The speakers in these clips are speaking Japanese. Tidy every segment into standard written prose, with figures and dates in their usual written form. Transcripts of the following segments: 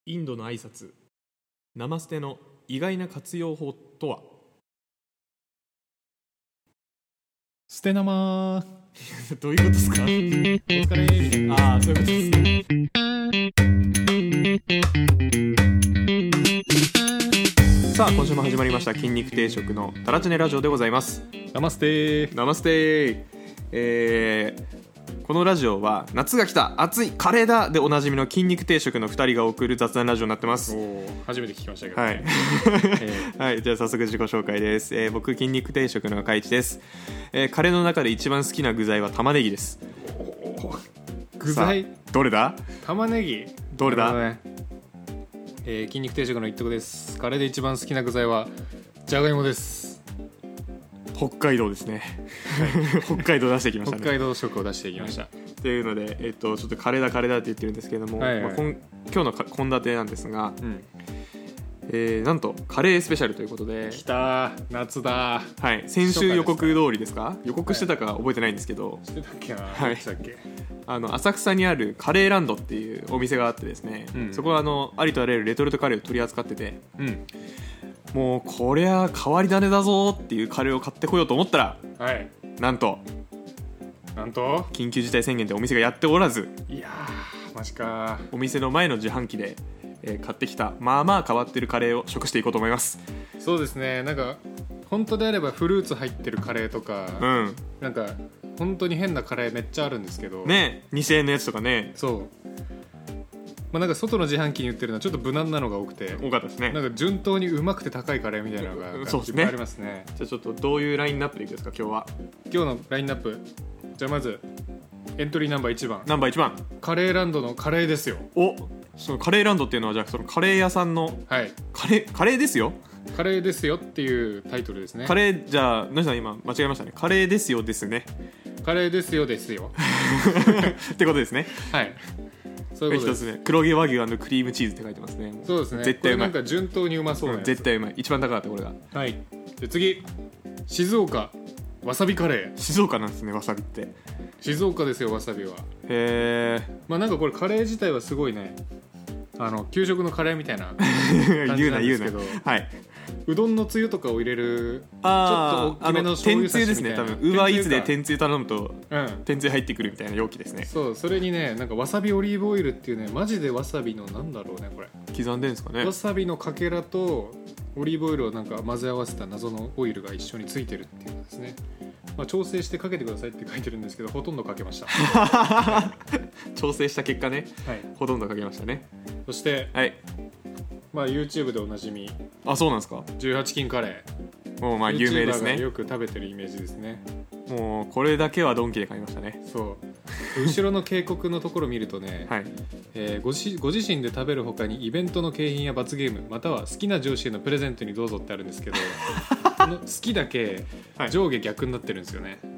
インドの挨拶ナマステの意外な活用法とは。 捨て生どういうことですか？お疲れみたいな。 ああ、そういうことですね。さあ、今週も始まりました筋肉定食のタラチネラジオでございます。 ナマステナマステこのラジオは夏が来た暑いカレーだでおなじみの筋肉定食の2人が送る雑談ラジオになってます。 初めて聞きましたけど、 はい、はい、じゃあ早速自己紹介です。僕筋肉定食の海地です。カレーの中で一番好きな具材は玉ねぎです。 具材どれだ？ 玉ねぎどれだ？ ね、筋肉定食の一徳です。カレーで一番好きな具材はじゃがいもです。 北海道ですね、はい、北海道出してきましたね。 北海道食を出してきました、 はい、というので、ちょっとカレーだって言ってるんですけども、 はいはい、 今日の献立なんですが、なんとカレースペシャルということで。 来た夏だ。 はい、先週予告通りですか？予告してたか覚えてないんですけど、 してたっけな、 はい、 したっけ。 浅草にあるカレーランドっていうお店があってですね、そこはありとあらゆるレトルトカレーを取り扱ってて、もうこりゃ変わり種だぞっていうカレーを買ってこようと思ったら、 はい、 なんと緊急事態宣言でお店がやっておらず、 いやーマジか。 お店の前の自販機で、買ってきたまあまあ変わってるカレーを食していこうと思います。 そうですね、なんか本当であればフルーツ入ってるカレーとか、なんか本当に変なカレーめっちゃあるんですけどね、2000円のやつとかね。 そう、なんか外の自販機に売ってるのはちょっと無難なのが多くて、 多かったですね。 なんか順当にうまくて高いカレーみたいなのがいっぱいありますね。 じゃあちょっとどういうラインナップでいくんですか今日は。 今日のラインナップ、じゃあまずエントリーナンバー1番カレーランドのカレーですよ。 そのカレーランドっていうのはじゃあそのカレー屋さんの、 はい、 カレーですよ。 カレーですよっていうタイトルですね。 カレー、じゃあ野さん今間違えましたね。カレーですよですね。 カレーですよですよってことですね。 はい、そういうことです。 一つね、黒毛和牛&クリームチーズって書いてますね。 そうですね、 絶対うまい。 これなんか順当にうまそうなやつ、 絶対うまい。一番高かったこれが。 はい。で次、静岡わさびカレー。 静岡なんですね、わさびって。 静岡ですよ、わさびは。 へえ。なんかこれカレー自体はすごいね、給食のカレーみたいな感じなんですけどはい、 うどんのつゆとかを入れるちょっと大きめの醤油差しみたいな。 天つゆですね。多分ウーバーイーツで天つゆ頼むと、天つゆ入ってくるみたいな容器ですね。 そう、それにね、なんかわさびオリーブオイルっていうね、マジでわさびのなんだろうね、これ刻んでんですかね。 わさびのかけらとオリーブオイルをなんか混ぜ合わせた謎のオイルが一緒についてるっていうですね。調整してかけてくださいって書いてるんですけど、ほとんどかけました調整した結果ね、 はい、 ほとんどかけましたね。 そして、 はい、 YouTube でおなじみ、 そうなんですか。 18金カレー、 もう有名ですね。 YouTuber がよく食べてるイメージですね。 もうこれだけはドンキで買いましたね。 そう後ろの警告のところ見るとね、 はい、 ご自身で食べるほかにイベントの景品や罰ゲームまたは好きな上司へのプレゼントにどうぞってあるんですけどこの好きだけ上下逆になってるんですよね。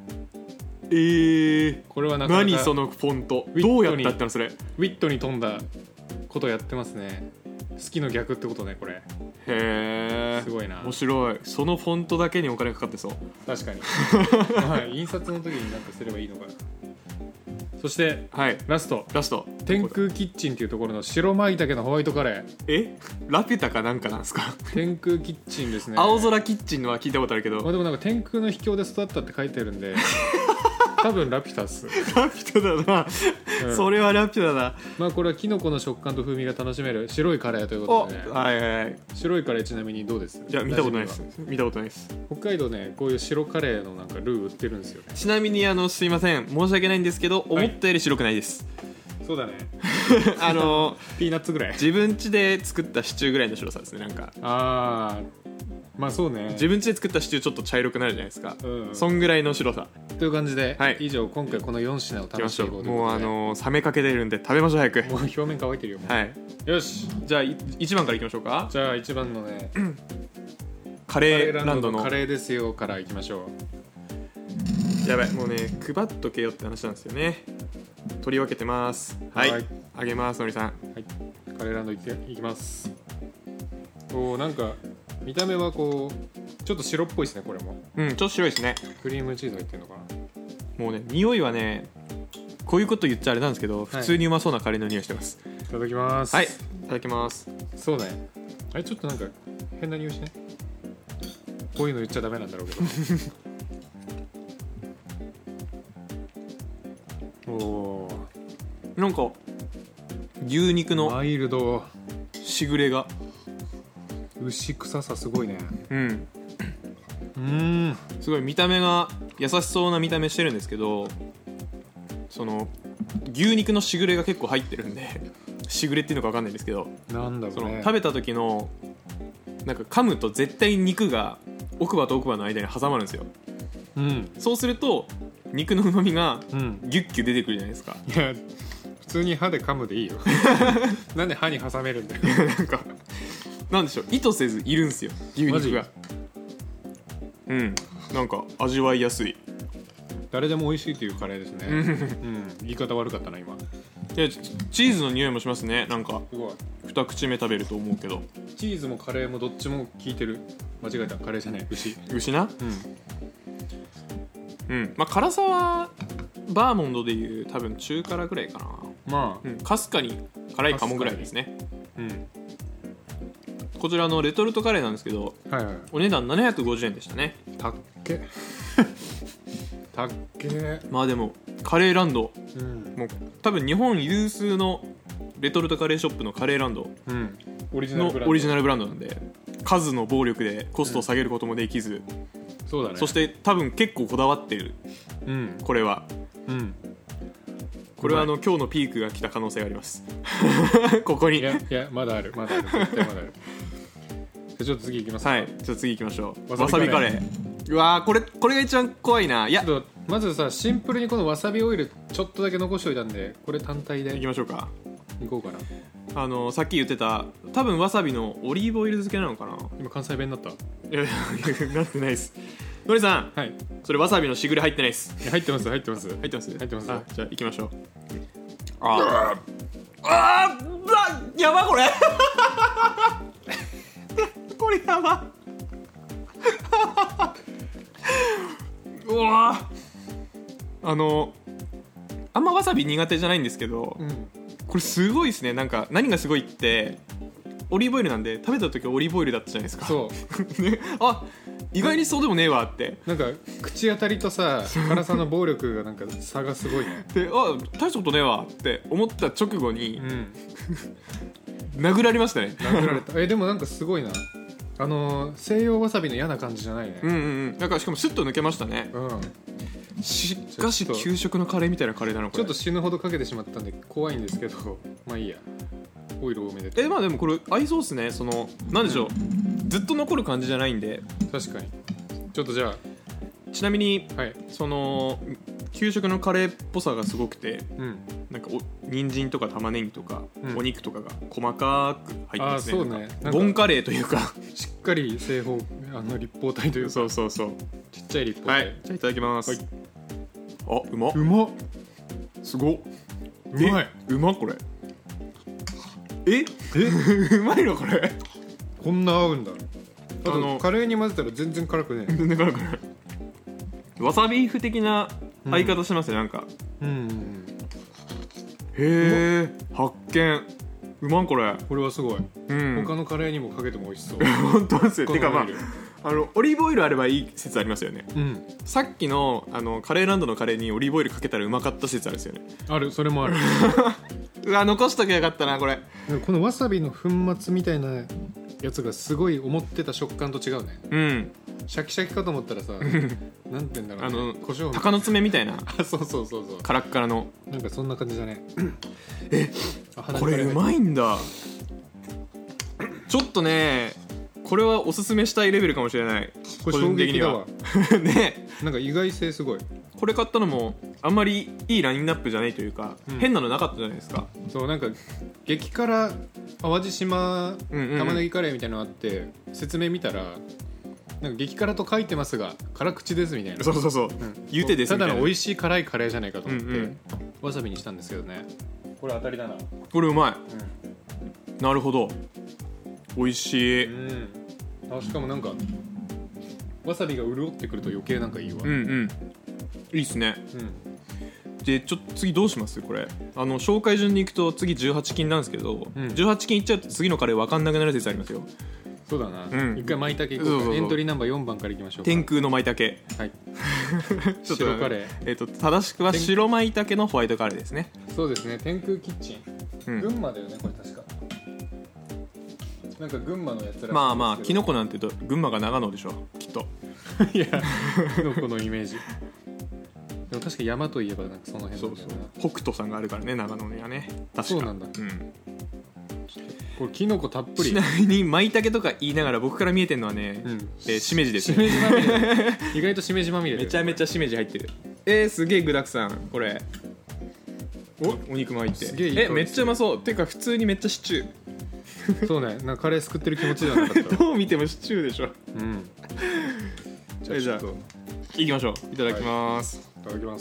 これはなかなか何そのフォントどうやってやったのそれ。 ウィットに富んだことやってますね。好きの逆ってことね、これ。 へえ、 すごいな、 面白い。そのフォントだけにお金かかってそう。 確かに印刷の時になんかすればいいのかな。そして、 はい、 ラスト天空キッチンっていうところの白舞茸のホワイトカレー。 ラピュタかなんかなんですか？ 天空キッチンですね。 青空キッチンのは聞いたことあるけど、 でもなんか天空の秘境で育ったって書いてるんで多分ラピュタっす。 ラピュタだな、それはラピュタだ。 これはキノコの食感と風味が楽しめる白いカレーということでね。 はい。 白いカレーちなみにどうです？ いや、見たことないです。 北海道ね、こういう白カレーのなんかルー売ってるんですよね。 ちなみにすいません、申し訳ないんですけど、思ったより白くないです。 そうだねピーナッツぐらい。 自分家で作ったシチューぐらいの白さですね。なんかそうね、 自分家で作ったシチューちょっと茶色くなるじゃないですか、そんぐらいの白さという感じで、 はい、 以上今回この4品を試していこうということで。 もう冷めかけてるんで食べましょう早く。 もう表面乾いてるよ。 はい、よし、じゃあ1番からいきましょうか。 じゃあ1番のねカレーランドのカレーですよからいきましょう。やばい、もうね配っとけよって話なんですよね。取り分けてます。はい、あげます。のりさん、はい、 カレーランドいきます。なんか見た目はこうちょっと白っぽいですね。これもちょっと白いですね。 クリームチーズ入ってるのかな。 もうね、匂いはね、こういうこと言っちゃあれなんですけど、普通にうまそうなカレーの匂いしてます。 ただきます。 はい、いただきます。 そうね、あれちょっとなんか変な匂いしね。こういうの言っちゃダメなんだろうけどおー、なんか牛肉のマイルド、 しぐれが、 牛臭さすごいね。 すごい見た目が優しそうな見た目してるんですけど、その牛肉のしぐれが結構入ってるんで、しぐれっていうのか分かんないんですけど、 なんだろうね、 その食べた時のなんか噛むと絶対肉が奥歯と奥歯の間に挟まるんですよ。そうすると肉の旨味がギュッギュ出てくるじゃないですか。 いや普通に歯で噛むでいいよなんで歯に挟めるんだよなんかなんでしょう、意図せずいるんですよ、牛肉が。なんか味わいやすい。 誰でも美味しいというカレーですね。言い方悪かったな今。 いやチーズの匂いもしますね。なんかすごい二口目食べると思うけど、 チーズもカレーもどっちも効いてる。間違えた、カレーじゃない、 牛な。まあ辛さはバーモンドでいう多分中辛ぐらいかな。 まあ、 かすかに辛いかもぐらいですね。こちらのレトルトカレーなんですけど、お値段750円でしたね。 たっけたっけ。 まあでもカレーランド、もう多分日本有数のレトルトカレーショップのカレーランドのオリジナルブランドなんで、数の暴力でコストを下げることもできず、 そうだね、 そして多分結構こだわってる、これは、これは今日のピークが来た可能性がありますここに。いやまだある絶対まだあるじゃあちょっと次いきますか。 はい、ちょっと次いきましょう。わさびカレー。うわー、これが一番怖いな。いやまずさ、シンプルにこのわさびオイルちょっとだけ残しておいたんで、これ単体でいきましょうか。 いこうかな。 さっき言ってた多分わさびのオリーブオイル漬けなのかな。 今関西弁になった。 いやなってないです。のりさん、 はい、 それわさびのしぐれ入ってないです。 入ってます。 入ってます。じゃあ行きましょう。やばこれこれやばうわあんまわさび苦手じゃないんですけど、これすごいですね。なんか何がすごいってオリーブオイルなんで、食べた時はオリーブオイルだったじゃないですか。 そうね、意外にそうでもねえわって。 なんか口当たりとさ辛さの暴力がなんか差がすごいね。 で大したことねえわって思った直後に、殴られましたね。 殴られた。でもなんかすごいな、西洋わさびの嫌な感じじゃないね。 なんかしかもスッと抜けましたね。しかし給食のカレーみたいなカレーなのか。 ちょっと死ぬほどかけてしまったんで怖いんですけど、まあいいや、オイル多めで。 まあでもこれ合いそうっすね。なんでしょう、ずっと残る感じじゃないんで。 確かに。ちょっとじゃあちなみに、給食のカレーっぽさがすごくて、なんか人参とか玉ねぎとか、お肉とかが細かく入ってますね。 そうね、 ボンカレーというかしっかり正方立方体というか、 そうちっちゃい立方体。 じゃあいただきます。うまっすごっ。 うまい。 うまっこれ。うまいのこれ。 こんな合うんだ。あとカレーに混ぜたら全然辛くね。 全然辛くない。わさビーフ的な合い方しますね、なんか。へえ、発見。うまんこれ。 これはすごい。他のカレーにもかけても美味しそう。 本当ですよ。てかオリーブオイルあればいい説ありますよね。さっきのカレーランドのカレーにオリーブオイルかけたらうまかった説あるんですよね。 ある、それもあるうわ、残しときゃよかったなこれ。 このわさびの粉末みたいなやつがすごい思ってた食感と違うね。シャキシャキかと思ったらさなんて言うんだろうね、胡椒鷹の爪みたいなそうカラッカラの、 なんかそんな感じだねこれうまいんだ。ちょっとね、これはおすすめしたいレベルかもしれない。 これ衝撃だわね、 なんか意外性すごい。 これ買ったのもあんまりいいラインナップじゃないというか、変なのなかったじゃないですか。 そう、なんか激辛淡路島玉ねぎカレーみたいなのあって、説明見たらなんか激辛と書いてますが辛口ですみたいな。 そう、言うてですみたいな。 ただの美味しい辛いカレーじゃないかと思って、わさびにしたんですけどね。これ当たりだな。 これうまい。なるほど、美味しい。 しかもなんかわさびが潤ってくると余計なんかいいわ。 いいっすね。 でちょっと次どうしますこれ紹介順に行くと次18金なんですけど、18金いっちゃうと次のカレー分かんなくなる説ありますよ。 そうだな、一回舞茸いこうか。エントリーナンバー4番からいきましょうか。 天空の舞茸。 はいちょっと白カレー、正しくは白舞茸のホワイトカレーですね。 そうですね、天空キッチン、群馬だよねこれ確か。なんか群馬のやつら。 まあまあキノコなんて言うと群馬が長野でしょきっと。 いやキノコのイメージ。でも確か山といえばなんかその辺なんだよな。 北斗さんがあるからね長野にはね。確かそうなんだ。これキノコたっぷり。 ちなみに舞茸とか言いながら僕から見えてるのはね、しめじです、ね、 しめじまみれ。意外としめじまみれ。 めちゃめちゃしめじ入ってる。すげえ具だくさんこれ。お肉も入ってすげえいい香り。 めっちゃうまそう。てか普通にめっちゃシチュー。 そうね、なんかカレーすくってる気持ちじゃなかった。 どう見てもシチューでしょ。じゃあ行きましょう。いただきます、 いただきます。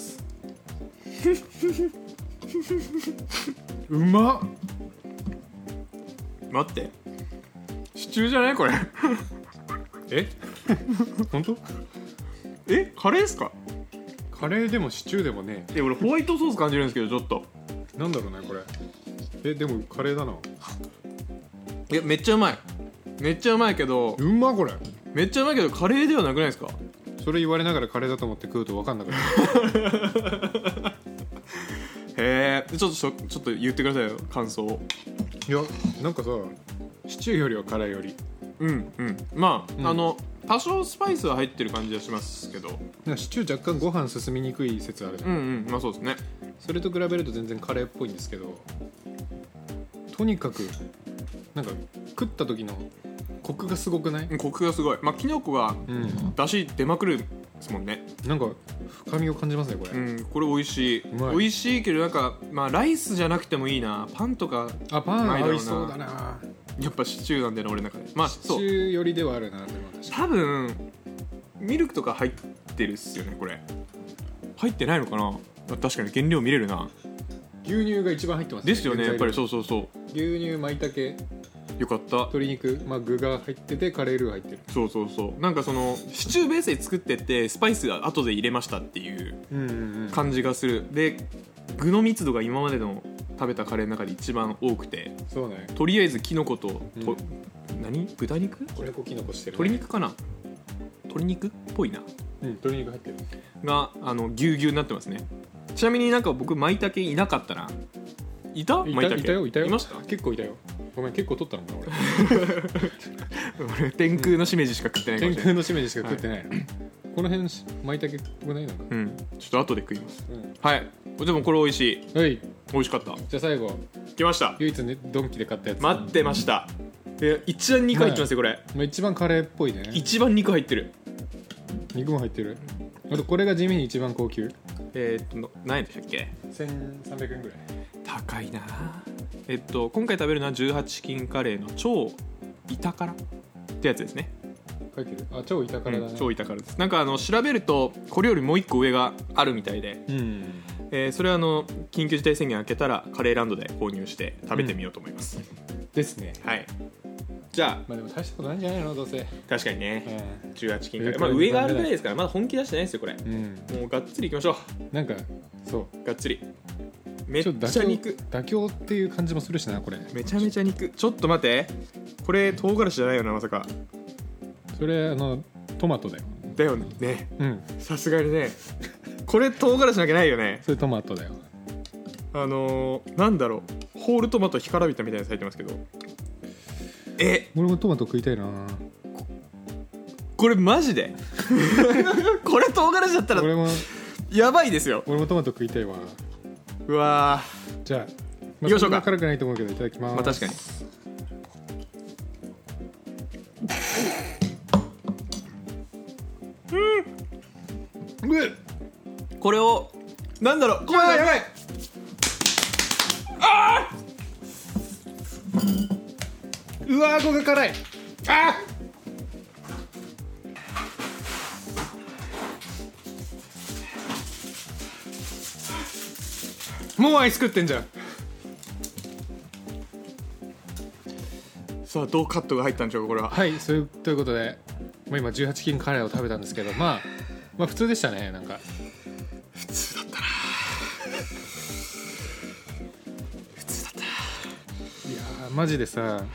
うまっ。 待って、シチューじゃないこれ。 本当？ カレーっすか？ カレーでもシチューでもね。 俺ホワイトソース感じるんですけどちょっとなんだろうねこれ。でもカレーだな。 めっちゃうまい。めっちゃうまいけどうまこれ。 めっちゃうまいけどカレーではなくないですか？ それ言われながらカレーだと思って食うと分かんなくなる。 へえ。ちょっと言ってくださいよ感想を。 いやなんかさ、シチューよりはカレーよりまあ、多少スパイスは入ってる感じはしますけど、 シチュー若干ご飯進みにくい説あるじゃん。 まあそうですね。 それと比べると全然カレーっぽいんですけど、とにかくなんか食った時のコクがすごくない？ コクがすごい。まあキノコが出汁出まくるですもんね。 なんか深みを感じますねこれ。 これ美味しい。美味しいけどなんかまあライスじゃなくてもいいな。パンとか。 パン美味しそうだな。 やっぱシチューなんだよな俺の中で。まあシチュー寄りではあるな。でも多分ミルクとか入ってるっすよねこれ。入ってないのかな。確かに原料見れるな。 牛乳が一番入ってますね。 ですよねやっぱり。そう牛乳舞茸よかった。 鶏肉、具が入っててカレールー入ってる。 そうなんかそのシチューベースで作ってってスパイスが後で入れましたっていう感じがする。で具の密度が今までの食べたカレーの中で一番多くて、 そうね。 とりあえずキノコと、豚肉？ これキノコしてる、 鶏肉かな。鶏肉っぽいな。 鶏肉入ってるがぎゅうぎゅうになってますね。ちなみになんか僕舞茸いなかったな。いたよ。いました。 結構いたよ。ごめん結構取ったのかな俺天空のしめじしか食ってないかもしれない。 天空のしめじしか食ってない、この辺舞茸っぽくないのか。 ちょっと後で食います、はい。でもこれ美味しい。美味しかった。 じゃあ最後来ました。 唯一ねドンキで買ったやつ。 待ってました。一番肉入ってますよこれ。 一番カレーっぽいね。 一番肉入ってる。 肉も入ってる。あとこれが地味に一番高級。 何円でしたっけ ？1300円ぐらい。 高いな。今回食べるのは18金カレーの超板辛ってやつですね。 書いてる。超板辛だね。 超板辛です。なんか調べるとこれよりもう一個上があるみたいで、それは緊急事態宣言明けたらカレーランドで購入して食べてみようと思います、 ですね。 はい。じゃあでも大したことないんじゃないのどうせ。 確かにね、18金カレー、上があるぐらいですからまだ本気出してないですよこれ、もうがっつりいきましょう。 なんかそうがっつりめっちゃ肉。 妥協っていう感じもするしなこれ。 めちゃめちゃ肉。ちょっと待って、これ唐辛子じゃないよなまさか。 それトマトだよ。 だよね。さすがにね。これ唐辛子なきゃないよね。 それトマトだよ。 なんだろう、ホールトマト干からびたみたいなやつ入ってますけど。 俺もトマト食いたいな。 これマジでこれ唐辛子だったら俺もやばいですよ。 俺もトマト食いたいわ。 うわじゃあ行きましょうか。 辛くないと思うけどいただきます。 まあ確かに。これをなんだろう。やばい。 うわここが辛い。もうアイス食ってんじゃん。 さあどうカットが入ったんでしょうかこれは。 はい、ということで、今18金カレーを食べたんですけど、まあ普通でしたね。なんか普通だったな。 マジでさ、 はい、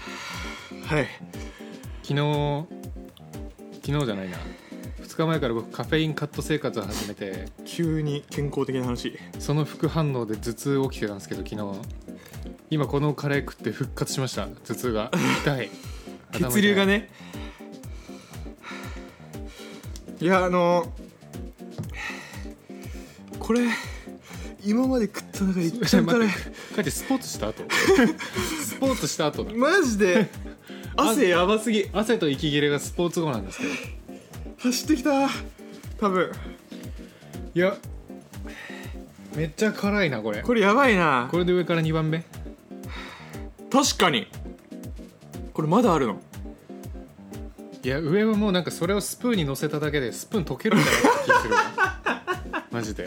昨日じゃないな、2日前から僕カフェインカット生活を始めて、 急に健康的な話。 その副反応で頭痛起きてたんですけど、昨日今このカレー食って復活しました。頭痛が痛い血流がね。いやこれ今まで食った中で一番辛い。 帰ってスポーツした後スポーツした後だ。 マジで汗やばすぎ。 汗と息切れがスポーツ後なんですけど、 走ってきた多分。 いやめっちゃ辛いなこれ。 これやばいな。 これで上から2番目。 確かにこれまだあるの。 いや上はもうなんかそれをスプーンに乗せただけでスプーン溶けるんじゃないかって気がするマジで。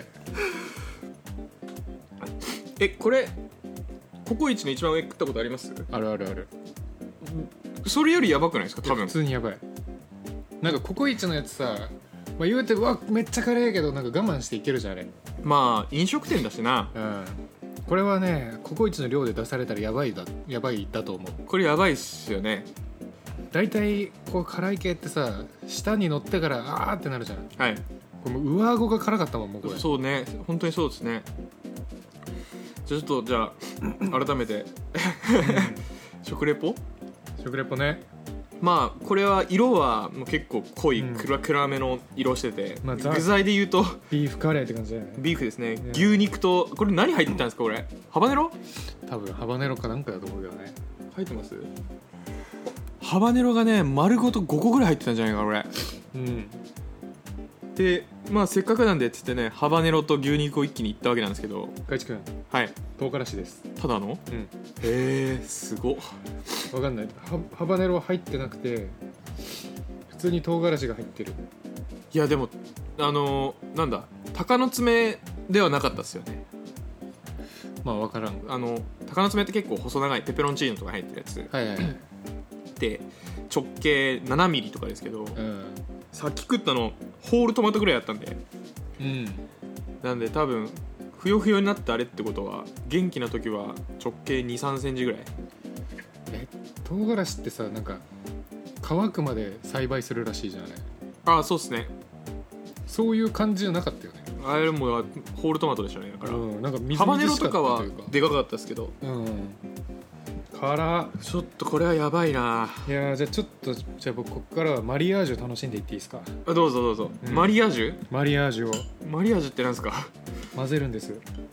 これココイチの一番上食ったことあります？ あるあるある。 それよりやばくないですか？多分普通にやばい。なんかココイチのやつさ、まあ、言うてうわめっちゃ辛いけどなんか我慢していけるじゃんあれ。 まあ飲食店だしな。 うん。これはねココイチの量で出されたらやばいだと思う。 これやばいっすよね。 だいたいこう辛い系ってさ舌に乗ってからあーってなるじゃん。 はい。 これもう上顎が辛かったもんもうこれ。 そうね、本当にそうですね。じゃあちょっとじゃあ改めて食レポね。まあこれは色はもう結構濃い暗めの色してて、まあ、具材で言うとビーフカレーって感じだよね。 ビーフですね。牛肉とこれ何入ってたんですか？これハバネロ？ 多分ハバネロかなんかだと思うけどね。 入ってます？ハバネロがね丸ごと5個ぐらい入ってたんじゃないかなこれ。うん。でまあせっかくなんでっつってねハバネロと牛肉を一気にいったわけなんですけど。 かいちくん。 はい。 唐辛子です。 ただの？うん。へえすごっ。 わかんない。ハバネロは入ってなくて普通に唐辛子が入ってる。 いやでもなんだ鷹の爪ではなかったですよね。 まあわからん。 鷹の爪って結構細長いペペロンチーノとか入ってるやつ。はいはい。で直径7ミリとかですけど、うん、さっき食ったのホールトマトぐらいだったんで、うん、なんで多分ふよふよになったあれってことは元気な時は直径 2,3 センチぐらい。 唐辛子ってさなんか乾くまで栽培するらしいじゃない。 ああそうっすね。 そういう感じじゃなかったよね。 あれもホールトマトでしたね。だから、うん、なんかみずハバネロとかはでかかったですけど、うん、 辛ちょっとこれはやばいな。 いやじゃあちょっとじゃあ僕ここからはマリアージュ楽しんでいっていいですか？ あどうぞどうぞ、うん、マリアージュ？ マリアージュってなんですか？ 混ぜるんです。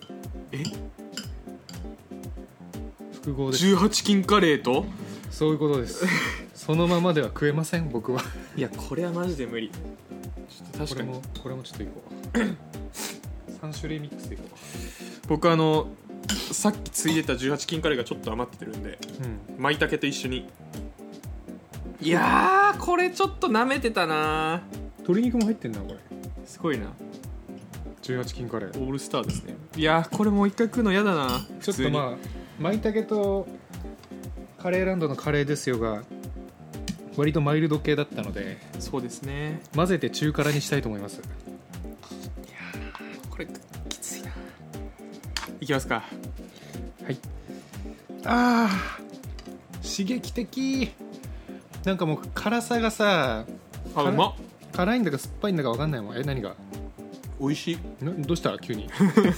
複合です 18金カレーと？ そういうことですそのままでは食えません僕は。 いやこれはマジで無理。ちょっと確かにこれもちょっといこう3種類ミックスでいこう。 僕さっきついでた18金カレーがちょっと余ってるんで、うん、舞茸と一緒に。いやーこれちょっと舐めてたな。 鶏肉も入ってんなこれ。 すごいな。 18金カレーオールスターですね。いやーこれもう一回食うの嫌だな。 ちょっとまあ舞茸とカレーランドのカレーですよが割とマイルド系だったので、 そうですね、 混ぜて中辛にしたいと思います。いやこれきついな。いきますか。 はい。あー刺激的。なんかもう辛さがさうまっ。 辛いんだか酸っぱいんだか分かんないもん。何が美味しい。 どうした急に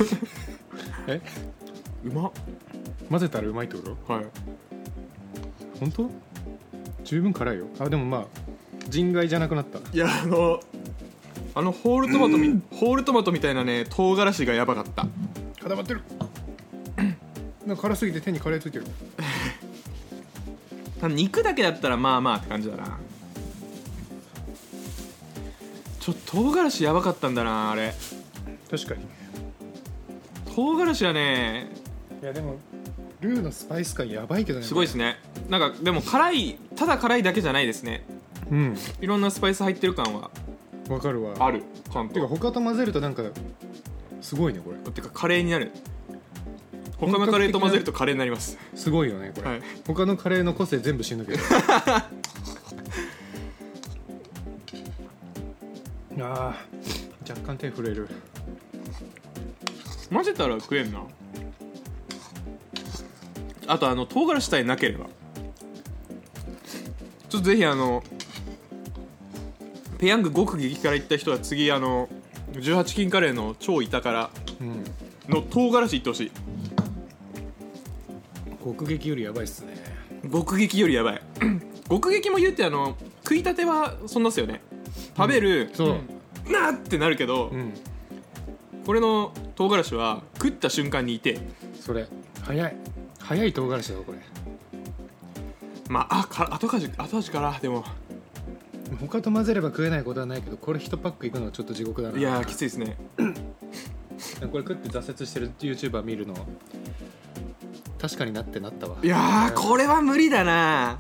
うまっ。 混ぜたらうまいってこと？はい。本当？十分辛いよ。でもまあ人外じゃなくなった。 いやホールトマトみたいなね唐辛子がやばかった。 固まってるなんか辛すぎて手にカレーついてる肉だけだったらまあまあって感じだな。唐辛子やばかったんだなあれ。 確かに唐辛子はね。 いやでもルーのスパイス感やばいけどね。 すごいですね。なんかでもただ辛いだけじゃないですね。うん。いろんなスパイス入ってる感はわかるわ。 ある。ちゃんと。 てか他と混ぜるとなんかすごいねこれ。 てかカレーになる。他のカレーと混ぜるとカレーになります。 すごいよねこれ、はい、他のカレーの個性全部死ぬけど若干手震える。 混ぜたら食えんな。 あと唐辛子さえなければちょっとぜひペヤング極激辛行った人は次18金カレーの超板辛の唐辛子いってほしい。 極激よりやばいっすね。 極激よりやばい極激も言うて食いたてはそんなっすよね。食べる、 そうなーってなるけど、これの唐辛子は食った瞬間にいて、 それ早い唐辛子だよこれ。 まあ後味からでも他と混ぜれば食えないことはないけど、これ1パックいくのはちょっと地獄だな。 いやーきついですねこれ食って挫折してる YouTuber 見るの確かになったわ。 いやーこれは無理だな。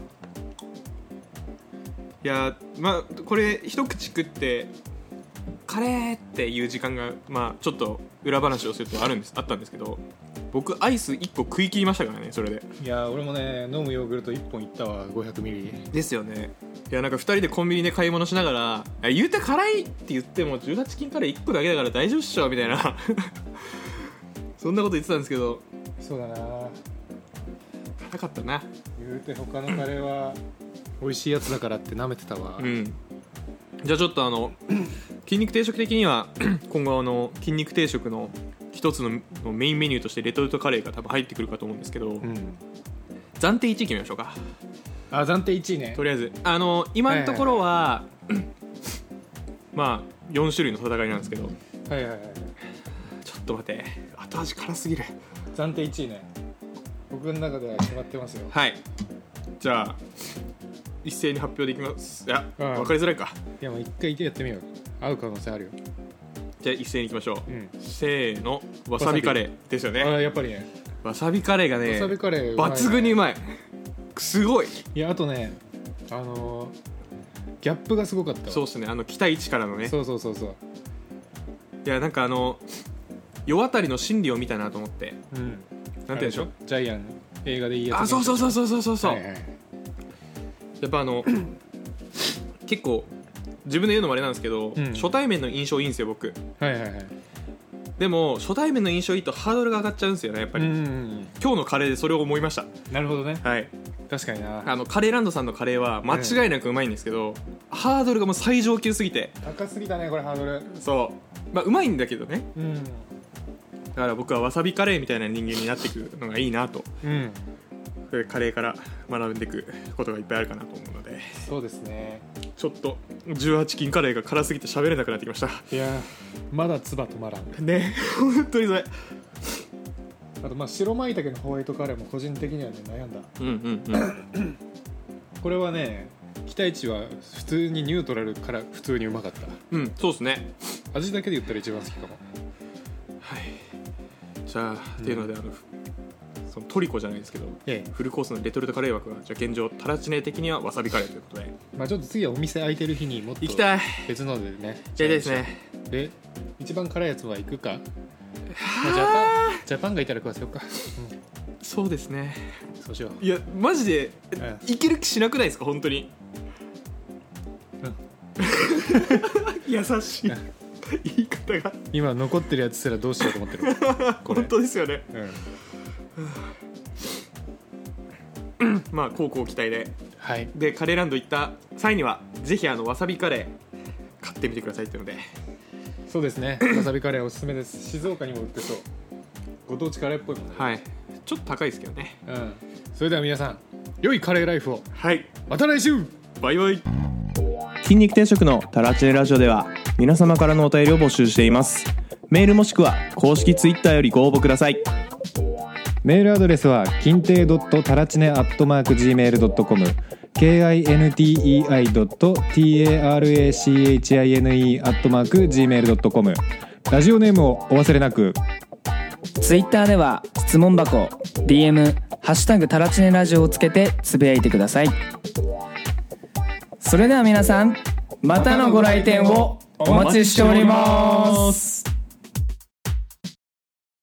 いやまあこれ一口食ってカレーっていう時間がちょっと裏話をするとあったんですけど、僕アイス1個食い切りましたからね。それでいや俺もね飲むヨーグルト1本いったわ。500ミリですよね。いやなんか2人でコンビニで買い物しながら言うて辛いって言っても18金カレー1個だけだから大丈夫っしょみたいなそんなこと言ってたんですけど、 そうだな、 辛かったな。 言うて他のカレーは美味しいやつだからって舐めてたわ。 じゃあちょっと筋肉定食的には今後筋肉定食の一つのメインメニューとしてレトルトカレーが多分入ってくるかと思うんですけど、暫定1位決めましょうか。 暫定1位ね。 とりあえず今のところは、4種類の戦いなんですけど、ちょっと待って、後味辛すぎる。 暫定1位ね。僕の中では決まってますよ。 はい、じゃあ一斉に発表できます。いや、分かりづらいか。 いやもう一回やってみよう。合う可能性あるよ。 じゃあ一斉にいきましょう、せーの。わさびカレーですよね。 やっぱりね、 わさびカレーがね、 わさびカレー抜群にうまい。すごい。 いやあとねギャップがすごかったわ。 そうですね、期待値からのね。 そう。 いやなんか世渡りの心理を見たなと思って、なんて言うんでしょう、 ジャイアン映画でいいやつ。 そう、やっぱ結構自分で言うのもあれなんですけど、初対面の印象いいんですよ僕。でも初対面の印象いいとハードルが上がっちゃうんですよねやっぱり。今日のカレーでそれを思いました。 なるほどね。 はい、 確かにな。 カレーランドさんのカレーは間違いなくうまいんですけど、ハードルがもう最上級すぎて。 高すぎたねこれハードル。 そう、うまいんだけどね、だから僕はわさびカレーみたいな人間になっていくのがいいなと、カレーから学んでいくことがいっぱいあるかなと思うので。 そうですね。 ちょっと18金カレーが辛すぎて喋れなくなってきました。 いやまだ唾止まらんね本当にそれ。 あと白舞茸のホワイトカレーも個人的にはね悩んだ。これはね期待値は普通にニュートラルから普通にうまかった。 そうですね。 味だけで言ったら一番好きかも。 はい、じゃあ、っていうのでそのトリコじゃないですけど、フルコースのレトルトカレー枠はじゃあ現状タラチネ的にはわさびカレーということで、 ちょっと次はお店開いてる日にもっと行きたい。 別のでね。 行きたいですね。 で一番辛いやつは行くか。ジャパンがいたら食わせようか。 そうですね。 そうしよう。 いやマジで、いける気しなくないですか本当に。優しい言い方が。 今残ってるやつすらどうしようと思ってる本当ですよね。こう期待で、でカレーランド行った際にはぜひわさびカレー買ってみてくださいっていうので。 そうですねわさびカレーおすすめです。静岡にも売ってそう。ご当地カレーっぽいもんね。 はい、ちょっと高いですけどね。 それでは皆さん良いカレーライフを。また来週。 バイバイ。筋肉定食のタラチネラジオでは皆様からのお便りを募集しています。メールもしくは公式ツイッターよりご応募ください。 メールアドレスは金亭.tarachine@gmail.com kintei.tarachine@gmail.com ラジオネームをお忘れなく。 ツイッターでは質問箱 DM ハッシュタグタラチネラジオをつけてつぶやいてください。それでは皆さんまたのご来店をお待ちしております。